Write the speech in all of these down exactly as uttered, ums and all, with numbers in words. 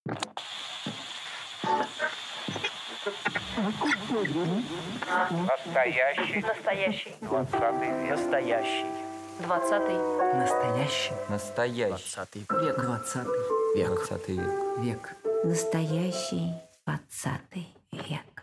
Настоящий. Настоящий. Двадцатый век. Настоящий. Двадцатый. Настоящий. Настоящий. Двадцатый век. Двадцатый век. Двадцатый век. Век. Настоящий двадцатый век.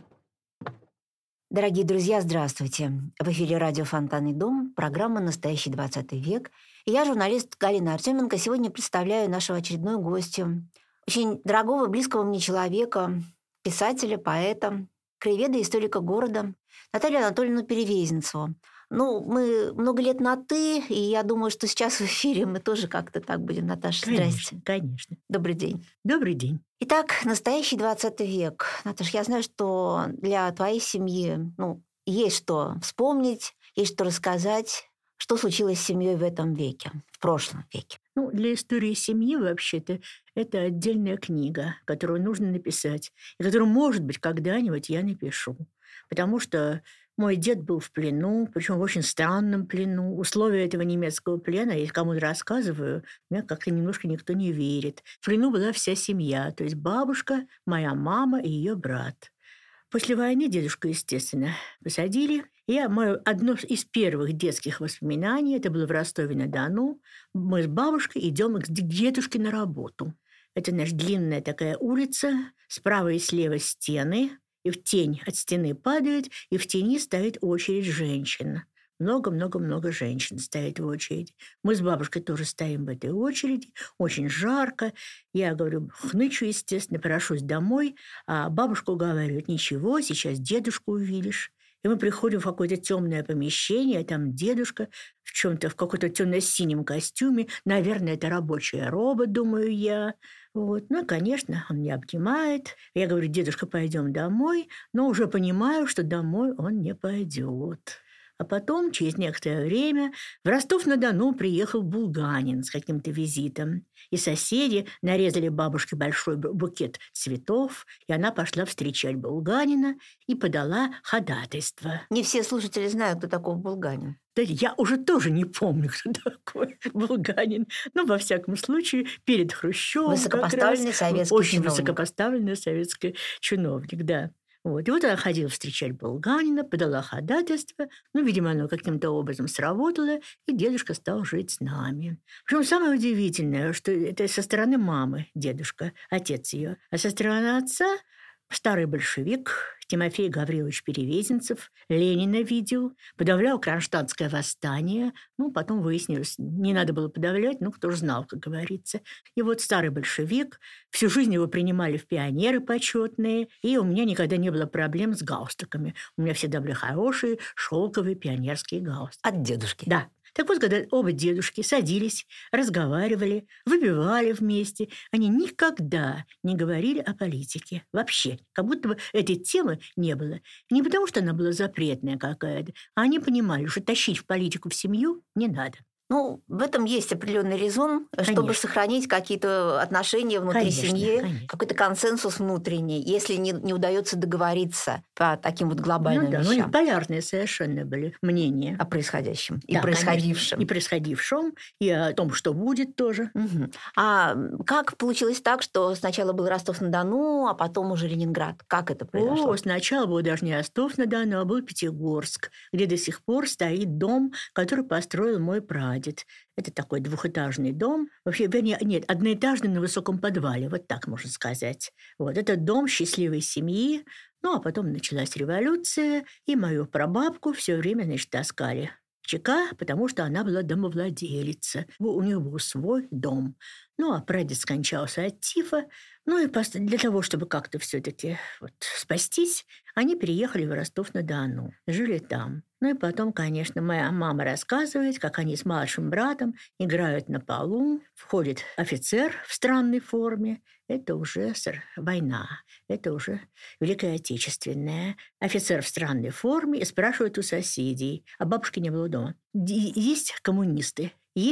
Дорогие друзья, здравствуйте. В эфире радио «Фонтанный дом», программа «Настоящий двадцатый век». И я, журналист Галина Артеменко, сегодня представляю нашего очередную гостью, очень дорогого, близкого мне человека, писателя, поэта, краеведа и историка города Наталью Анатольевну Перевезенцеву. Ну, мы много лет на «ты», и я думаю, что сейчас в эфире мы тоже как-то так будем. Наташа, Конечно, здрасте. конечно. Добрый день. Добрый день. Итак, настоящий двадцатый век. Наташ, я знаю, что для твоей семьи ну, есть что вспомнить, есть что рассказать. Что случилось с семьей в этом веке, в прошлом веке? Ну, для истории семьи, вообще-то, это отдельная книга, которую нужно написать, и которую, может быть, когда-нибудь я напишу. Потому что мой дед был в плену, причем в очень странном плену. Условия этого немецкого плена, я кому-то рассказываю, мне как-то немножко никто не верит. В плену была вся семья, то есть бабушка, моя мама и ее брат. После войны дедушку, естественно, посадили. Я, мое одно из первых детских воспоминаний, это было в Ростове-на-Дону, мы с бабушкой идем к дедушке на работу. Это наша длинная такая улица, справа и слева стены, и в тень от стены падает, и в тени стоит очередь женщин. Много-много-много женщин стоит в очереди. Мы с бабушкой тоже стоим в этой очереди. Очень жарко. Я говорю, хнычу, естественно, прошусь домой. А бабушка говорит, ничего, сейчас дедушку увидишь. И мы приходим в какое-то темное помещение, а там дедушка в чем-то, в каком-то темно-синем костюме. Наверное, это рабочая роба, думаю я. Вот. Ну, конечно, он меня обнимает. Я говорю, дедушка, пойдем домой. Но уже понимаю, что домой он не пойдет. А потом, через некоторое время, в Ростов-на-Дону приехал Булганин с каким-то визитом. И соседи нарезали бабушке большой букет цветов, и она пошла встречать Булганина и подала ходатайство. Не все слушатели знают, кто такой Булганин. Да я уже тоже не помню, кто такой Булганин. Но, во всяком случае, перед Хрущевым высокопоставленный как раз советский очень чиновник. высокопоставленный советский чиновник, да. Вот. И вот она ходила встречать Булганина, подала ходатайство. Ну, видимо, оно каким-то образом сработало, и дедушка стал жить с нами. Причем самое удивительное, что это со стороны мамы дедушка, отец ее, а со стороны отца старый большевик Тимофей Гаврилович Перевезенцев Ленина видел, подавлял Кронштадтское восстание. Ну, потом выяснилось, не надо было подавлять, ну, кто же знал, как говорится. И вот старый большевик, всю жизнь его принимали в пионеры почетные, и у меня никогда не было проблем с галстуками. У меня всегда были хорошие шелковые пионерские галстуки. От дедушки? Да. Так вот, когда оба дедушки садились, разговаривали, выпивали вместе, они никогда не говорили о политике. Вообще. Как будто бы этой темы не было. Не потому, что она была запретная какая-то, а они понимали, что тащить в политику в семью не надо. Ну, в этом есть определенный резон, Конечно. чтобы сохранить какие-то отношения внутри Конечно, семьи, конечно. какой-то консенсус внутренний, если не, не удается договориться по таким вот глобальным Ну да, вещам. ну полярные совершенно были мнения. О происходящем и Да, происходившем. конечно. И происходившем, и о том, что будет тоже. Угу. А как получилось так, что сначала был Ростов-на-Дону, а потом уже Ленинград? Как это произошло? О, сначала был даже не Ростов-на-Дону, а был Пятигорск, где до сих пор стоит дом, который построил мой прадед. Это такой двухэтажный дом. Вообще, вернее, нет, одноэтажный на высоком подвале, вот так можно сказать. Вот, это дом счастливой семьи. Ну, а потом началась революция, и мою прабабку все время, значит, таскали в ЧК, потому что она была домовладелица. У нее был свой дом. Ну, а прадед скончался от тифа. Ну, и для того, чтобы как-то все-таки вот спастись, они переехали в Ростов-на-Дону. Жили там. Ну, и потом, конечно, моя мама рассказывает, как они с младшим братом играют на полу. Входит офицер в странной форме. Это уже война. Это уже Великая Отечественная. Офицер в странной форме и спрашивает у соседей. А бабушки не было дома. Есть коммунисты, есть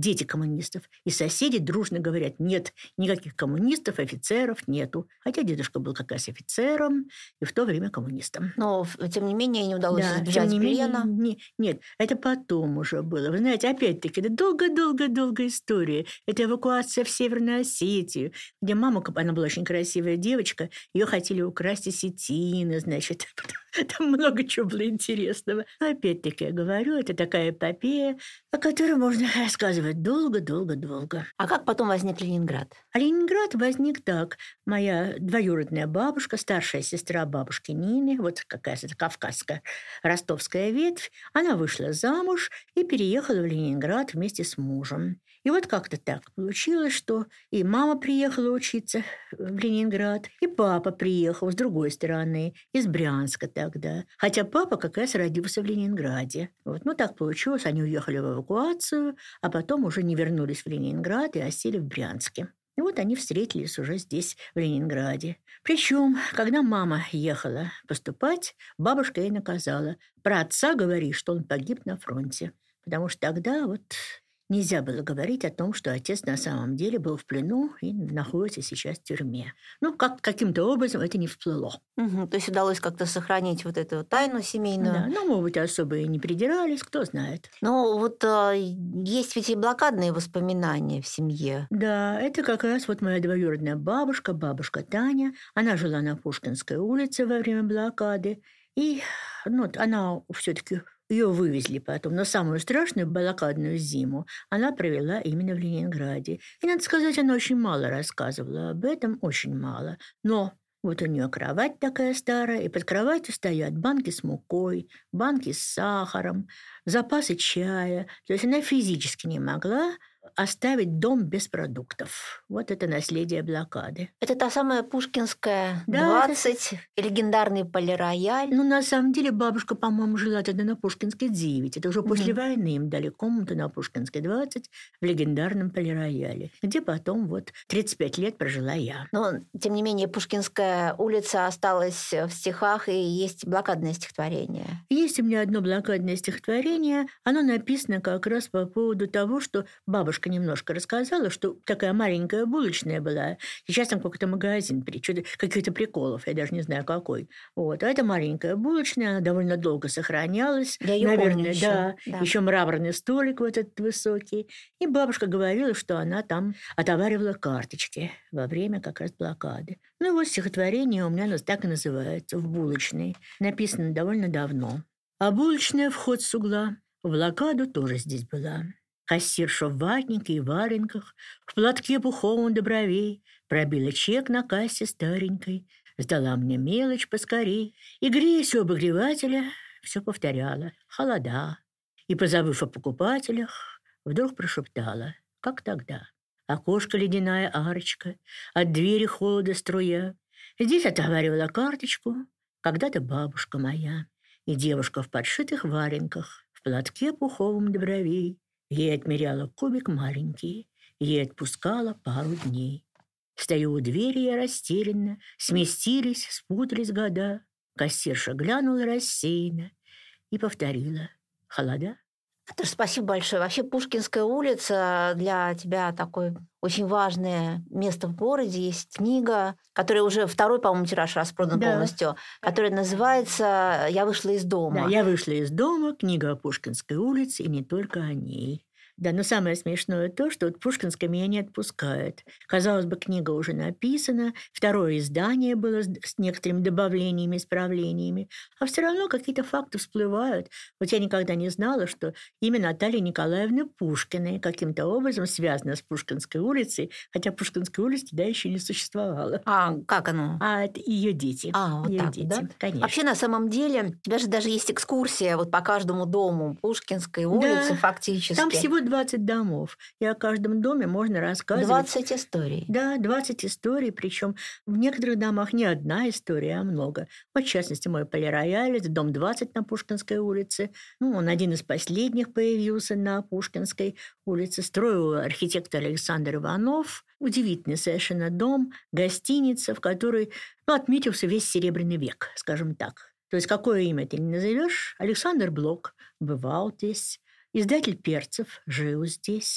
дети коммунистов. И соседи дружно говорят, нет, никаких коммунистов, офицеров нету. Хотя дедушка был как раз офицером и в то время коммунистом. Но, тем не менее, не удалось Да, избежать тем не менее, плена. не- нет, это потом уже было. Вы знаете, опять-таки, это долго-долго-долгая история. Это эвакуация в Северную Осетию, где мама, она была очень красивая девочка, ее хотели украсть осетины, значит. Там много чего было интересного. Но опять-таки, я говорю, это такая эпопея, о которой можно рассказывать долго-долго-долго. А как потом возник Ленинград? А Ленинград возник так. Моя двоюродная бабушка, старшая сестра бабушки Нины, вот какая-то кавказская ростовская ветвь, она вышла замуж и переехала в Ленинград вместе с мужем. И вот как-то так получилось, что и мама приехала учиться в Ленинград, и папа приехал с другой стороны, из Брянска тогда. Хотя папа как раз родился в Ленинграде. Вот. Ну, так получилось, они уехали в эвакуацию, а потом уже не вернулись в Ленинград и осели в Брянске. И вот они встретились уже здесь, в Ленинграде. Причем, когда мама ехала поступать, бабушка ей наказала: про отца говори, что он погиб на фронте. Потому что тогда вот нельзя было говорить о том, что отец на самом деле был в плену и находится сейчас в тюрьме. Ну, как, каким-то образом это не всплыло. Угу, то есть удалось как-то сохранить вот эту тайну семейную. Да, ну, может быть, особо и не придирались, кто знает. Но вот а, есть ведь и блокадные воспоминания в семье. Да, это как раз вот моя двоюродная бабушка, бабушка Таня. Она жила на Пушкинской улице во время блокады. И ну, она все-таки... Ее вывезли потом, но самую страшную блокадную зиму она провела именно в Ленинграде. И, надо сказать, она очень мало рассказывала об этом, очень мало. Но вот у нее кровать такая старая, и под кроватью стоят банки с мукой, банки с сахаром, запасы чая. То есть она физически не могла оставить дом без продуктов. Вот это наследие блокады. Это та самая Пушкинская Да, двадцать, это... легендарный полирояль. Ну, на самом деле, бабушка, по-моему, жила тогда на Пушкинской девять. Это уже после mm-hmm. войны им дали комнату на Пушкинской двадцать в легендарном полирояле, где потом вот тридцать пять лет прожила я. Но, тем не менее, Пушкинская улица осталась в стихах, и есть блокадное стихотворение. Есть у меня одно блокадное стихотворение. Оно написано как раз по поводу того, что бабушка Бабушка немножко рассказала, что такая маленькая булочная была. Сейчас там какой-то магазин, каких-то приколов, я даже не знаю какой. Вот. А эта маленькая булочная, она довольно долго сохранялась. Я ее Наверное, помню еще. Да, да. Еще мраморный столик вот этот высокий. И бабушка говорила, что она там отоваривала карточки во время как раз блокады. Ну и вот стихотворение у меня так и называется, «В булочной». Написано довольно давно. А булочная вход с угла в блокаду тоже здесь была. Кассирша в ватнике и валенках, в платке пуховом до бровей, пробила чек на кассе старенькой, сдала мне мелочь поскорей. И, греясь у обогревателя, все повторяла: холода. И, позабыв о покупателях, вдруг прошептала, как тогда: окошко ледяная арочка, от двери холода струя. Здесь отоваривала карточку когда-то бабушка моя. И девушка в подшитых валенках, в платке пуховом до бровей, ей отмеряла кубик маленький, ей отпускала пару дней. Стою у двери я растерянно, сместились, спутались года. Кассирша глянула рассеянно и повторила: холода. Тоже спасибо большое. Вообще Пушкинская улица для тебя такое очень важное место в городе. Есть книга, которая уже второй, по-моему, тираж распродан да. полностью, которая называется «Я вышла из дома». Да, «Я вышла из дома», книга о Пушкинской улице, и не только о ней. Да, но самое смешное то, что вот Пушкинская меня не отпускает. Казалось бы, книга уже написана, второе издание было с некоторыми добавлениями, исправлениями, а все равно какие-то факты всплывают. Вот я никогда не знала, что имя Натальи Николаевны Пушкиной каким-то образом связано с Пушкинской улицей, хотя Пушкинской улицы тогда еще не существовало. А как оно? А это ее дети. А, вот ее так, дети, да? Конечно. Вообще, на самом деле, у тебя же даже есть экскурсия вот по каждому дому Пушкинской улицы да. фактически. Там всего двадцать домов, и о каждом доме можно рассказывать. двадцать историй. Да, двадцать историй, причем в некоторых домах не одна история, а много. Вот, в частности, мой полирояль, это дом двадцать на Пушкинской улице. Ну, он один из последних появился на Пушкинской улице. Строил архитектор Александр Иванов. Удивительный совершенно дом, гостиница, в которой ну, отметился весь Серебряный век, скажем так. То есть какое имя ты не назовешь? Александр Блок бывал здесь. Издатель Перцев жил здесь.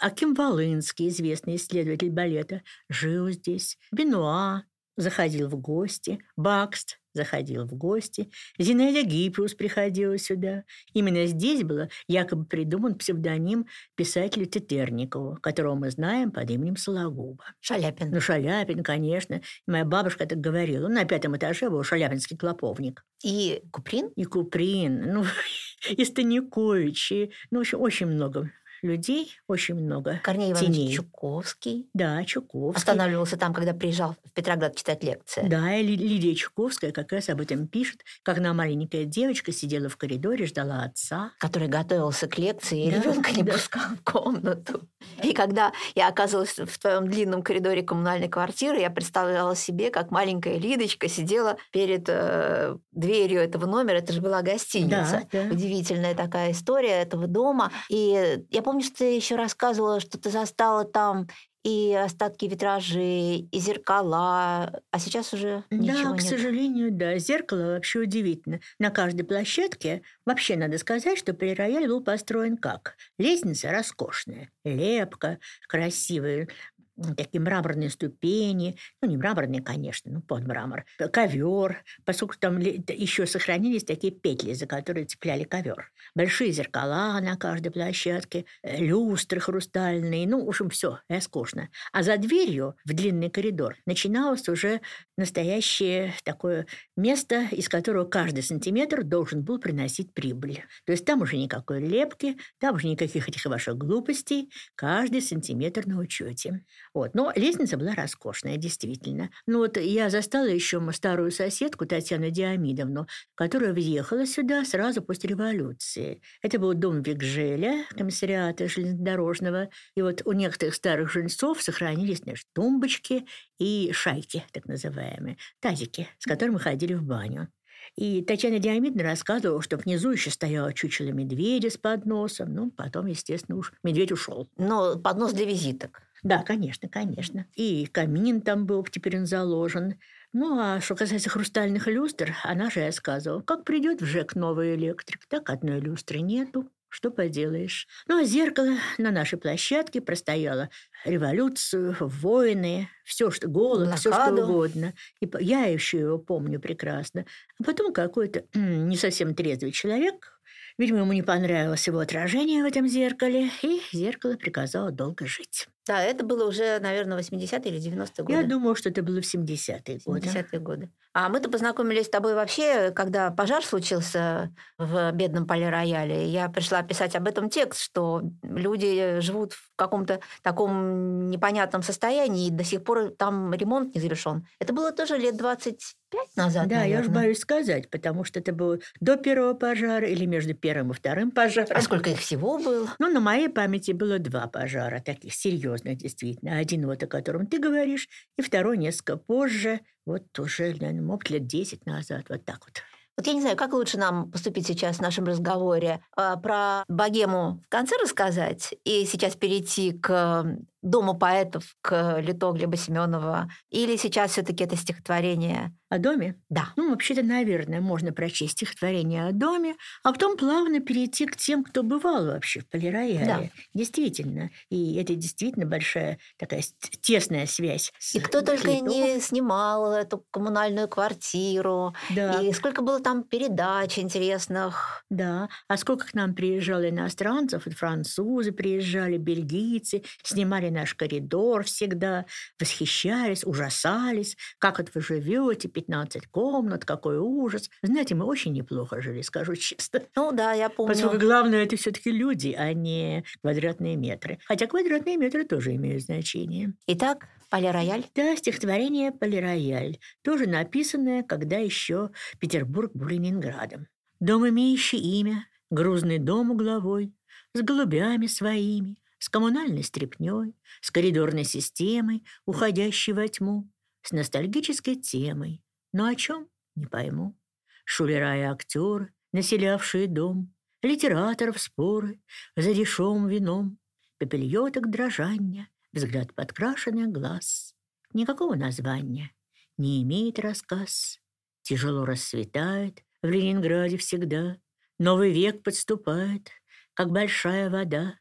Аким Волынский, известный исследователь балета, жил здесь. Бенуа заходил в гости. Бакст заходил в гости. Зинаида Гиппиус приходила сюда. Именно здесь был якобы придуман псевдоним писателя Тетерникова, которого мы знаем под именем Сологуба. Шаляпин. Ну, Шаляпин, конечно. Моя бабушка так говорила. На пятом этаже был шаляпинский клоповник. И Куприн? И Куприн, ну, и Станикович, и, ну, в общем, очень много людей, очень много Корней теней. Иванович Чуковский. Да, Чуковский. Останавливался там, когда приезжал в Петроград читать лекции. Да, и Лидия Чуковская как раз об этом пишет, как она маленькая девочка сидела в коридоре, ждала отца. Который готовился к лекции, и Да, ребенка не да. пускал в комнату. И когда я оказалась в твоем длинном коридоре коммунальной квартиры, я представляла себе, как маленькая Лидочка сидела перед э, дверью этого номера. Это же была гостиница. Да, да. Удивительная такая история этого дома. И я помню, что ты еще рассказывала, что ты застала там и остатки витражей, и зеркала, а сейчас уже ничего Да, к нет. сожалению, да. Зеркало вообще удивительно. На каждой площадке, вообще надо сказать, что Пале-Рояль был построен как? Лестница роскошная, лепка, красивая, м, такие мраморные ступени, ну, не мраморные, конечно, ну, под мрамор, ковер, поскольку там еще сохранились такие петли, за которые цепляли ковер. Большие зеркала на каждой площадке, э, люстры хрустальные, ну, в общем, все роскошно. А за дверью в длинный коридор начиналось уже настоящее такое место, из которого каждый сантиметр должен был приносить прибыль. То есть там уже никакой лепки, там уже никаких этих ваших глупостей, каждый сантиметр на учете. Вот. Но лестница была роскошная, действительно. Ну вот я застала еще старую соседку Татьяну Диамидовну, которая въехала сюда сразу после революции. Это был дом Викжеля, комиссариата железнодорожного. И вот у некоторых старых жильцов сохранились, значит, тумбочки и шайки, так называемые, тазики, с которыми ходили в баню. И Татьяна Диамидовна рассказывала, что внизу еще стояло чучело медведя с подносом. Ну, потом, естественно, уж медведь ушел. Но поднос для визиток. Да, конечно, конечно. И камин там был, теперь он заложен. Ну, а что касается хрустальных люстр, она же рассказывала, как придет в ЖЭК новый электрик, так одной люстры нету. Что поделаешь. Ну, а зеркало на нашей площадке простояло революцию, войны, все, что голод, все что Блокаду. угодно. И по- я еще его помню прекрасно. А потом какой-то м, не совсем трезвый человек, видимо, ему не понравилось его отражение в этом зеркале, и зеркало приказало долго жить. Да, это было уже, наверное, восьмидесятые или девяностые годы. Я думаю, что это было в семидесятые годы. семидесятые годы. А мы-то познакомились с тобой вообще, когда пожар случился в бедном Пале-Рояле. Я пришла писать об этом текст, что люди живут в каком-то таком непонятном состоянии, и до сих пор там ремонт не завершен. Это было тоже лет двадцать пять назад, Да, я уж наверное. боюсь сказать, потому что это было до первого пожара или между первым и вторым пожаром. А сколько их всего было? Ну, на моей памяти было два пожара, таких серьезных, действительно. Один вот, о котором ты говоришь, и второй несколько позже, вот уже, наверное, может, лет десять назад, вот так вот. Вот я не знаю, как лучше нам поступить сейчас в нашем разговоре. А, Про богему в конце рассказать и сейчас перейти к Дому поэтов, к Лито Глеба Семенова? Или сейчас все-таки это стихотворение? О доме? Да. Ну, вообще-то, наверное, можно прочесть стихотворение о доме, а потом плавно перейти к тем, кто бывал вообще в Пале-Рояле. Да. Действительно. И это действительно большая такая с- тесная связь. с И кто только Лито. не снимал эту коммунальную квартиру. Да. И сколько было там передач интересных. Да, а сколько к нам приезжало иностранцев, и французы приезжали, бельгийцы, снимали наш коридор всегда, восхищались, ужасались, как это вы живете, пятнадцать комнат, какой ужас. Знаете, мы очень неплохо жили, скажу честно. Ну да, я помню. Поскольку главное это все-таки люди, а не квадратные метры. Хотя квадратные метры тоже имеют значение. Итак, Пале-Рояль. Да, стихотворение «Пале-Рояль», тоже написанное, когда еще Петербург был Ленинградом. Дом, имеющий имя, грузный дом угловой, с голубями своими, с коммунальной стряпнёй, с коридорной системой, уходящей во тьму, с ностальгической темой. Но о чем? Не пойму. Шулера и актеры, населявшие дом, литераторов споры, за дешевым вином, пепельёток дрожанья, взгляд подкрашенных глаз. Никакого названия не имеет рассказ. Тяжело рассветает в Ленинграде всегда. Новый век подступает, как большая вода.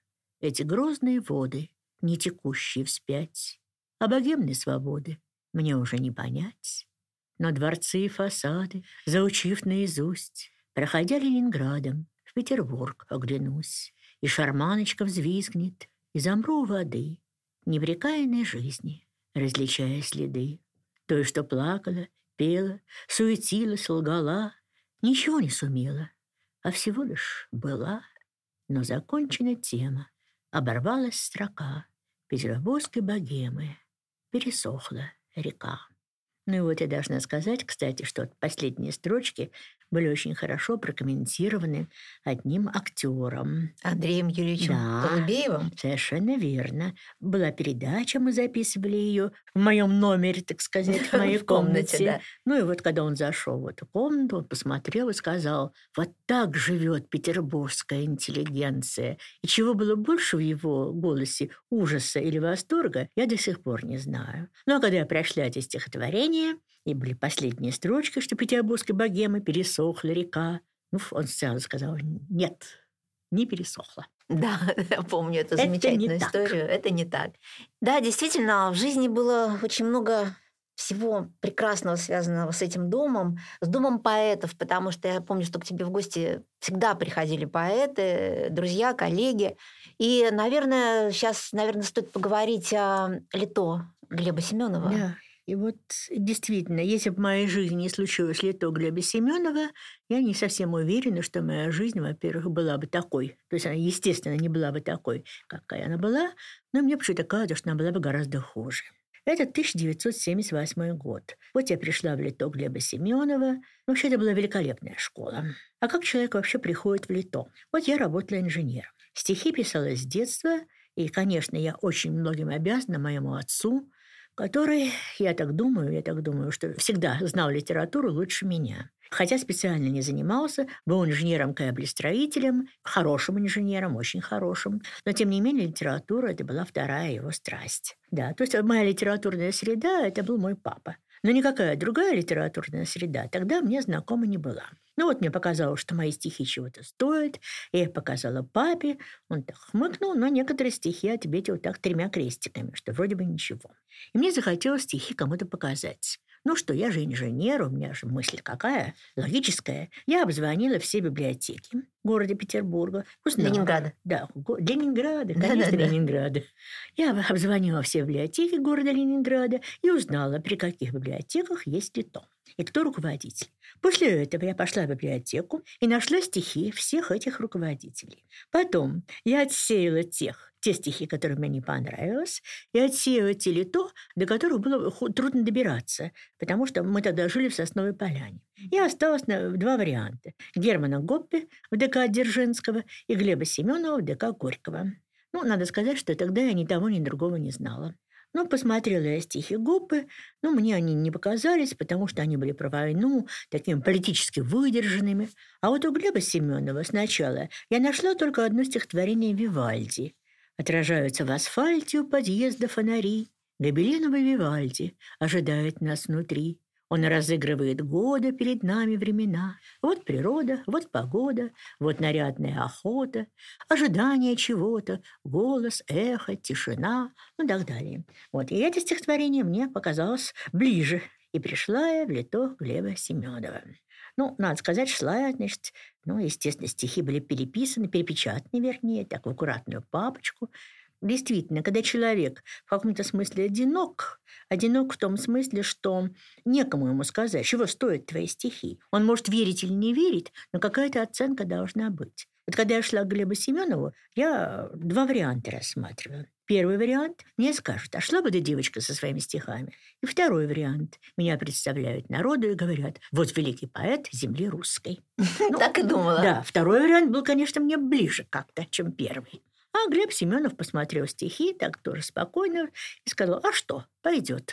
эти грозные воды, не текущие вспять. А богемной свободы мне уже не понять. Но дворцы и фасады, заучив наизусть, проходя Ленинградом, в Петербург оглянусь, и шарманочка взвизгнет, и замру у воды, непрекаянной жизни, различая следы. Той, что плакала, пела, суетилась, лгала, ничего не сумела, а всего лишь была. Но закончена тема, оборвалась строка петербургской богемы, пересохла река. Ну и вот я должна сказать, кстати, что последние строчки были очень хорошо прокомментированы одним актером. Андреем Юрьевичем Да, Голубеевым. Совершенно верно. Была передача, мы записывали ее в моем номере, так сказать, в моей В комнате, комнате. да. Ну и вот когда он зашел в эту комнату, он посмотрел и сказал: вот так живет петербургская интеллигенция. И чего было больше в его голосе, ужаса или восторга, я до сих пор не знаю. Ну а когда я прошла эти стихотворения, и были последние строчки, что петербургской богемы пересохла река, ну, он сразу сказал: нет, не пересохла. Да, я помню эту Это замечательную не так. историю. Это не так. Да, действительно, в жизни было очень много всего прекрасного, связанного с этим домом, с домом поэтов, потому что я помню, что к тебе в гости всегда приходили поэты, друзья, коллеги. И, наверное, сейчас, наверное, стоит поговорить о Лито Глеба Семенова. Да. И вот действительно, если бы в моей жизни не случилось Лито Глеба Семенова, я не совсем уверена, что моя жизнь, во-первых, была бы такой. То есть она, естественно, не была бы такой, какая она была, но мне почему-то кажется, что она была бы гораздо хуже. Это тысяча девятьсот семьдесят восьмой год. Вот я пришла в Лито Глеба Семенова. Вообще, это была великолепная школа. А как человек вообще приходит в Лито? Вот я работала инженером. Стихи писала с детства, и, конечно, я очень многим обязана моему отцу, который, я так думаю, я так думаю, что всегда знал литературу лучше меня. Хотя специально не занимался, был инженером-кабелестроителем, хорошим инженером, очень хорошим. Но, тем не менее, литература – это была вторая его страсть. Да, то есть моя литературная среда – это был мой папа. Но никакая другая литературная среда тогда мне знакома не была. Ну вот мне показалось, что мои стихи чего-то стоят. Я их показала папе. Он так хмыкнул, но некоторые стихи ответил так тремя крестиками, что вроде бы ничего. И мне захотелось стихи кому-то показать. Ну что, я же инженер, у меня же мысль какая, логическая. Я обзвонила все библиотеки города Петербурга. Узнала. Ленинграда. Да, го- Ленинграда, конечно, Да-да-да. Ленинграда. Я обзвонила все библиотеки города Ленинграда и узнала, при каких библиотеках есть Лито и кто руководитель. После этого я пошла в библиотеку и нашла стихи всех этих руководителей. Потом я отсеяла тех, те стихи, которые мне не понравились, и отсеяла те Лито, до которых было ху- трудно добираться, потому что мы тогда жили в Сосновой Поляне. И осталось на- два варианта. Германа Гоппе в ДК Дзержинского и Глеба Семенова в ДК Горького. Ну, надо сказать, что тогда я ни того, ни другого не знала. Ну, посмотрела я стихи Гоппе, но мне они не показались, потому что они были про войну, такими политически выдержанными. А вот у Глеба Семенова сначала я нашла только одно стихотворение Вивальди. «Отражаются в асфальте у подъезда фонари, гобеленовый Вивальди ожидает нас внутри. Он разыгрывает годы перед нами времена. Вот природа, вот погода, вот нарядная охота, ожидание чего-то, голос, эхо, тишина, ну и так далее». Вот, и это стихотворение мне показалось ближе. И пришла я в Лито Глеба Семенова. Ну, надо сказать, шла я, значит, ну, естественно, стихи были переписаны, перепечатаны, вернее, так в аккуратную папочку. Действительно, когда человек в каком-то смысле одинок, одинок в том смысле, что некому ему сказать, чего стоят твои стихи. Он может верить или не верить, но какая-то оценка должна быть. Вот когда я шла к Глебу Семенову, я два варианта рассматривала. Первый вариант – мне скажут, а шла бы ты, девочка, со своими стихами. И второй вариант – меня представляют народу и говорят, вот великий поэт земли русской. Ну, Так и думала. да, второй вариант был, конечно, мне ближе как-то, чем первый. А Глеб Семенов посмотрел стихи, так тоже спокойно, и сказал, а что, пойдет.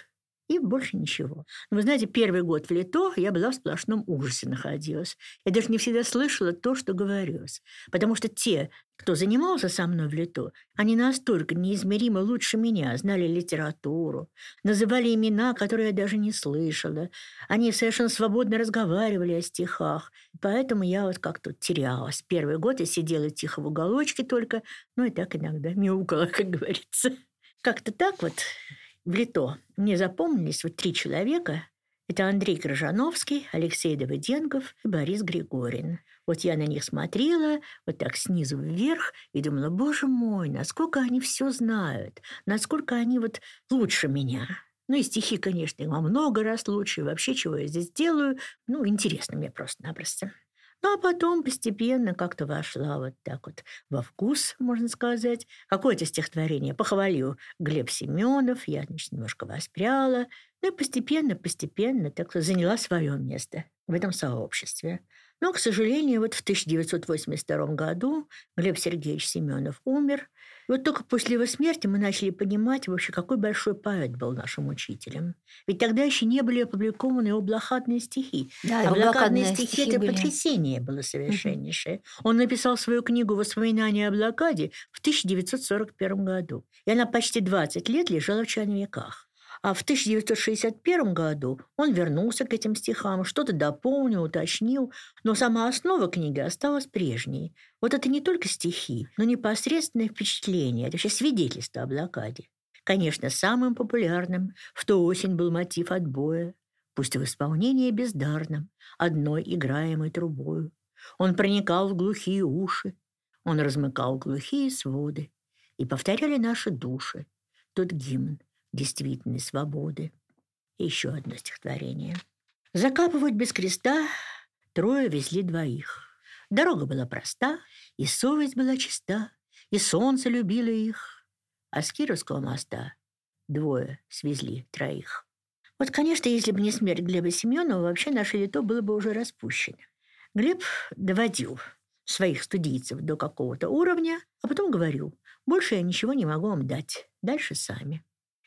И больше ничего. Но вы знаете, первый год в Лито я была в сплошном ужасе находилась. Я даже не всегда слышала то, что говорилось. Потому что те, кто занимался со мной в Лито, они настолько неизмеримо лучше меня знали литературу, называли имена, которые я даже не слышала. Они совершенно свободно разговаривали о стихах. Поэтому я вот как-то терялась. Первый год я сидела тихо в уголочке только, ну и так иногда мяукала, как говорится. Как-то так вот в Лито мне запомнились вот три человека. Это Андрей Крыжановский, Алексей Давыденков и Борис Григорин. Вот я на них смотрела вот так снизу вверх и думала, боже мой, насколько они все знают, насколько они вот лучше меня. Ну и стихи, конечно, во много раз лучше. И вообще, чего я здесь делаю, ну, интересно мне просто-напросто. Ну, а потом постепенно как-то вошла вот так вот во вкус, можно сказать. Какое-то стихотворение похвалил Глеб Семенов, я, значит, немножко воспряла. Ну и постепенно, постепенно так заняла свое место в этом сообществе. Но, к сожалению, вот в тысяча девятьсот восемьдесят втором году Глеб Сергеевич Семенов умер. И вот только после его смерти мы начали понимать вообще, какой большой поэт был нашим учителем. Ведь тогда еще не были опубликованы его блокадные стихи. Да, а блокадные блокадные стихи – стихи это были. потрясение было совершеннейшее. Угу. Он написал свою книгу «Воспоминания о блокаде» в тысяча девятьсот сорок первом году. И она почти двадцать лет лежала в черновиках. А в тысяча девятьсот шестьдесят первом году он вернулся к этим стихам, что-то дополнил, уточнил, но сама основа книги осталась прежней. Вот это не только стихи, но непосредственное впечатление, это вообще свидетельство о блокаде. Конечно, самым популярным в ту осень был мотив отбоя, пусть и в исполнении бездарном, одной играемой трубою. Он проникал в глухие уши, он размыкал глухие своды, и повторяли наши души тот гимн действительной свободы. И еще одно стихотворение. Закапывать без креста трое везли двоих. Дорога была проста, и совесть была чиста, и солнце любило их. А с Кировского моста двое свезли троих. Вот, конечно, если бы не смерть Глеба Семенова, вообще наше Лито было бы уже распущено. Глеб доводил своих студийцев до какого-то уровня, а потом говорил, больше я ничего не могу вам дать, дальше сами.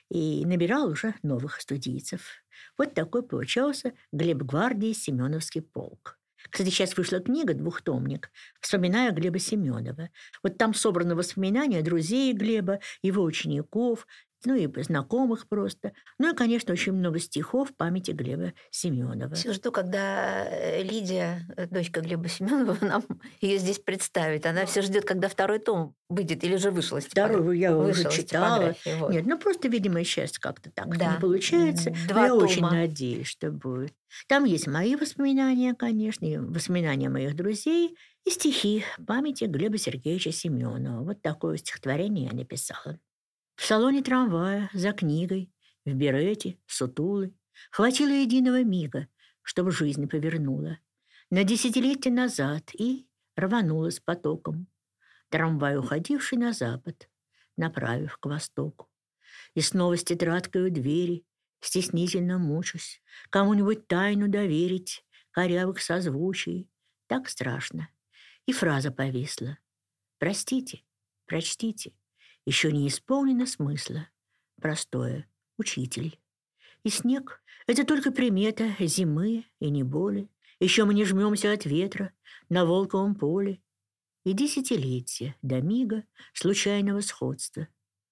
И набирал уже новых студийцев. Вот такой получался Глеб-гвардии Семеновский полк. Кстати, сейчас вышла книга, двухтомник, «Вспоминая Глеба Семенова». Вот там собраны воспоминания друзей Глеба, его учеников, ну и знакомых просто. Ну и, конечно, очень много стихов в памяти Глеба Семенова. Все жду, когда Лидия, дочка Глеба Семенова, нам ее здесь представит. Она все ждет, когда второй том выйдет, или же вышла с типографии. Второй я вышла уже читала. Вот. Нет, ну просто, видимо, сейчас как-то так да. не получается. Два я тома. очень надеюсь, что будет. Там есть мои воспоминания, конечно, и воспоминания моих друзей, и стихи памяти Глеба Сергеевича Семенова. Вот такое стихотворение я написала. В салоне трамвая, за книгой, в берете, сутулы, хватило единого мига, чтобы жизнь повернула. На десятилетие назад и рванула с потоком. Трамвай, уходивший на запад, направив к востоку. И снова с тетрадкой у двери стеснительно мучусь, кому-нибудь тайну доверить, корявых созвучий. Так страшно. И фраза повисла. Простите, прочтите. Еще не исполнено смысла. Простое. Учитель. И снег — это только примета зимы и не боли. Еще мы не жмемся от ветра на волковом поле. И десятилетия до мига случайного сходства.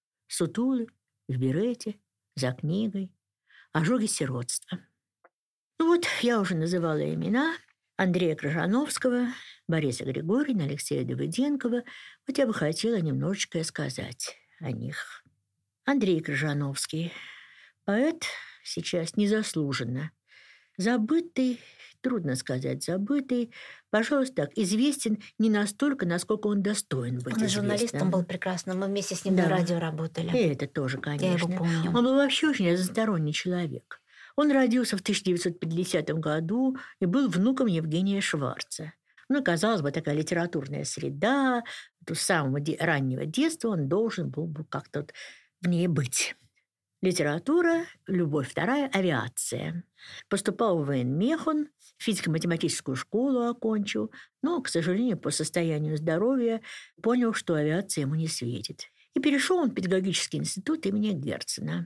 Сутулы в берете, за книгой, ожоги сиротства. Ну вот, я уже называла имена Андрея Крыжановского, Бориса Григорина, Алексея Давыденкова. Вот я бы хотела немножечко сказать о них. Андрей Крыжановский. Поэт сейчас незаслуженно забытый, трудно сказать забытый, пожалуйста, так, известен не настолько, насколько он достоин быть Он известным. журналистом был прекрасным, мы вместе с ним Да. на радио работали. И это тоже, конечно. Я его помню. Он был вообще очень разносторонний человек. Он родился в тысяча девятьсот пятидесятом году и был внуком Евгения Шварца. Ну, казалось бы, такая литературная среда. С самого де- раннего детства он должен был бы как-то вот в ней быть. Литература, любовь вторая, авиация. Поступал в военмехон, физико-математическую школу окончил, но, к сожалению, по состоянию здоровья понял, что авиация ему не светит. И перешел он в педагогический институт имени Герцена.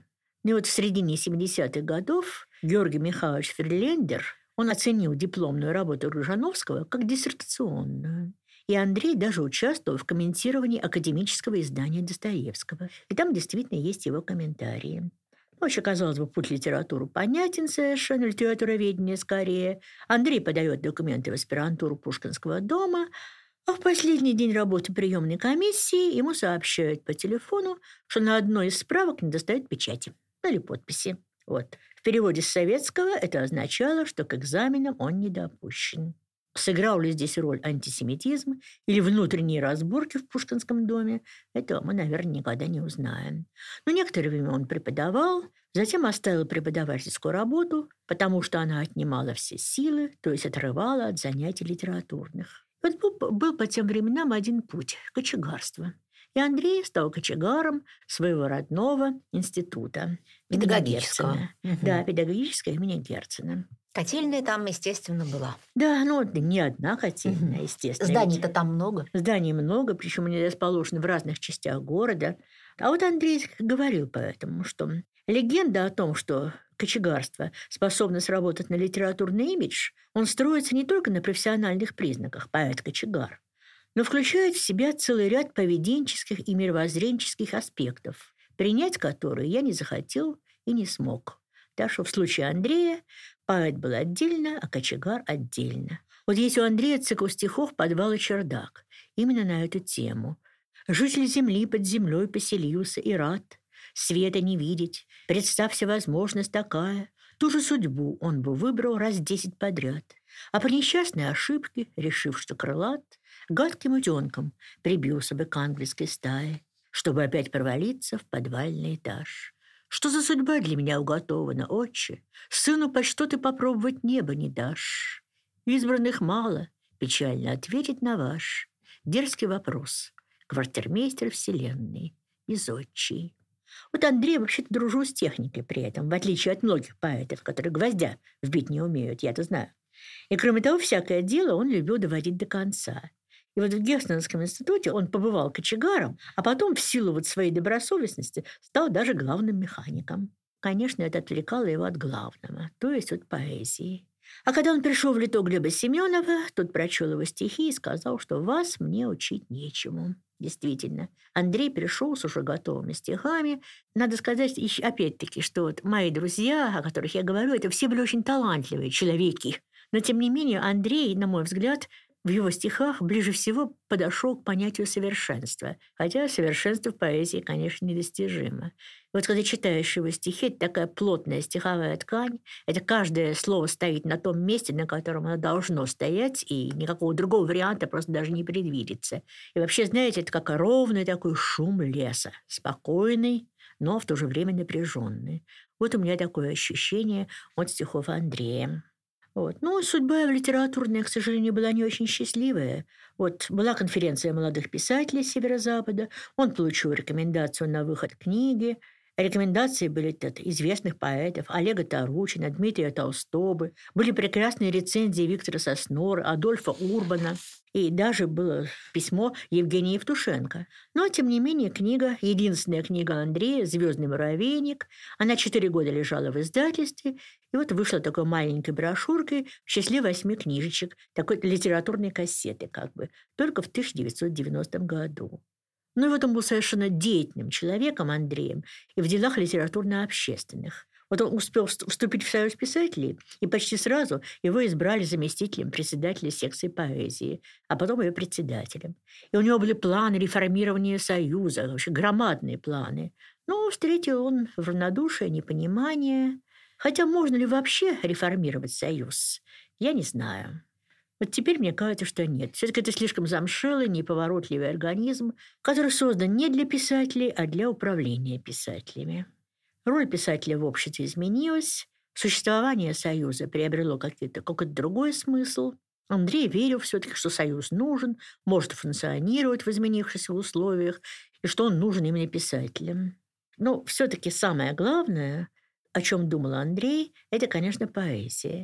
Ну и вот в середине семидесятых годов Георгий Михайлович Фридлендер, он оценил дипломную работу Крыжановского как диссертационную. И Андрей даже участвовал в комментировании академического издания Достоевского. И там действительно есть его комментарии. Вообще, казалось бы, путь в литературу понятен совершенно, литературоведение скорее. Андрей подает документы в аспирантуру Пушкинского дома, а в последний день работы приемной комиссии ему сообщают по телефону, что на одной из справок недостает печати или подписи. Вот. В переводе с советского это означало, что к экзаменам он не допущен. Сыграл ли здесь роль антисемитизм или внутренние разборки в Пушкинском доме, этого мы, наверное, никогда не узнаем. Но некоторое время он преподавал, затем оставил преподавательскую работу, потому что она отнимала все силы, то есть отрывала от занятий литературных. Вот был, был по тем временам один путь – кочегарство. И Андрей стал кочегаром своего родного института. Педагогического. Угу. Да, педагогического имени Герцена. Котельная там, естественно, была. Да, ну не одна котельная, естественно. Зданий-то там много. Зданий много, причем они расположены в разных частях города. А вот Андрей говорил поэтому, что легенда о том, что кочегарство способно сработать на литературный имидж, он строится не только на профессиональных признаках поэт-кочегар, но включает в себя целый ряд поведенческих и мировоззренческих аспектов, принять которые я не захотел и не смог. Так что в случае Андрея поэт был отдельно, а кочегар отдельно. Вот есть у Андрея цикл стихов «Подвал и чердак» именно на эту тему. «Житель земли под землей поселился и рад света не видеть. Представься возможность такая. Ту же судьбу он бы выбрал раз десять подряд. А по несчастной ошибке, решив, что крылат, гадким утенком прибился бы к ангельской стае, чтобы опять провалиться в подвальный этаж. Что за судьба для меня уготована, отче? Сыну по что ты попробовать небо не дашь? Избранных мало, печально ответить на ваш дерзкий вопрос. Квартирмейстер вселенной из отчий». Вот Андрей вообще-то дружил с техникой при этом, в отличие от многих поэтов, которые гвоздя вбить не умеют, я-то знаю. И кроме того, всякое дело он любил доводить до конца. И вот в Герценовском институте он побывал кочегаром, а потом в силу вот своей добросовестности стал даже главным механиком. Конечно, это отвлекало его от главного, то есть от поэзии. А когда он пришел в лито Глеба Семенова, тот прочел его стихи и сказал, что вас мне учить нечему. Действительно, Андрей пришел с уже готовыми стихами. Надо сказать, еще, опять-таки, что вот мои друзья, о которых я говорю, это все были очень талантливые человеки. Но, тем не менее, Андрей, на мой взгляд, в его стихах ближе всего подошел к понятию совершенства. Хотя совершенство в поэзии, конечно, недостижимо. Вот когда читаешь его стихи, это такая плотная стиховая ткань. Это каждое слово стоит на том месте, на котором оно должно стоять, и никакого другого варианта просто даже не предвидится. И вообще, знаете, это как ровный такой шум леса. Спокойный, но в то же время напряженный. Вот у меня такое ощущение от стихов Андрея. Вот. Ну, судьба литературная, к сожалению, была не очень счастливая. Вот была конференция молодых писателей Северо-Запада, он получил рекомендацию на выход книги. Рекомендации были от известных поэтов Олега Таручина, Дмитрия Толстого. Были прекрасные рецензии Виктора Соснора, Адольфа Урбана. И даже было письмо Евгения Евтушенко. Но, тем не менее, книга, единственная книга Андрея «Звездный муравейник», она четыре года лежала в издательстве, и вот вышла такой маленькой брошюркой в числе восьми книжечек, такой литературной кассеты как бы, только в тысяча девятьсот девяностом году. Ну и вот он был совершенно деятельным человеком, Андреем, и в делах литературно-общественных. Вот он успел вступить в Союз писателей, и почти сразу его избрали заместителем председателя секции поэзии, а потом ее председателем. И у него были планы реформирования Союза, вообще громадные планы. Но встретил он в равнодушие, непонимание. Хотя можно ли вообще реформировать Союз, я не знаю. Вот теперь мне кажется, что нет. Все-таки это слишком замшелый, неповоротливый организм, который создан не для писателей, а для управления писателями. Роль писателя в обществе изменилась, существование Союза приобрело какой-то, какой-то другой смысл. Андрей верил все-таки, что Союз нужен, может функционировать в изменившихся условиях, и что он нужен именно писателям. Но все-таки самое главное, о чем думал Андрей, это, конечно, поэзия.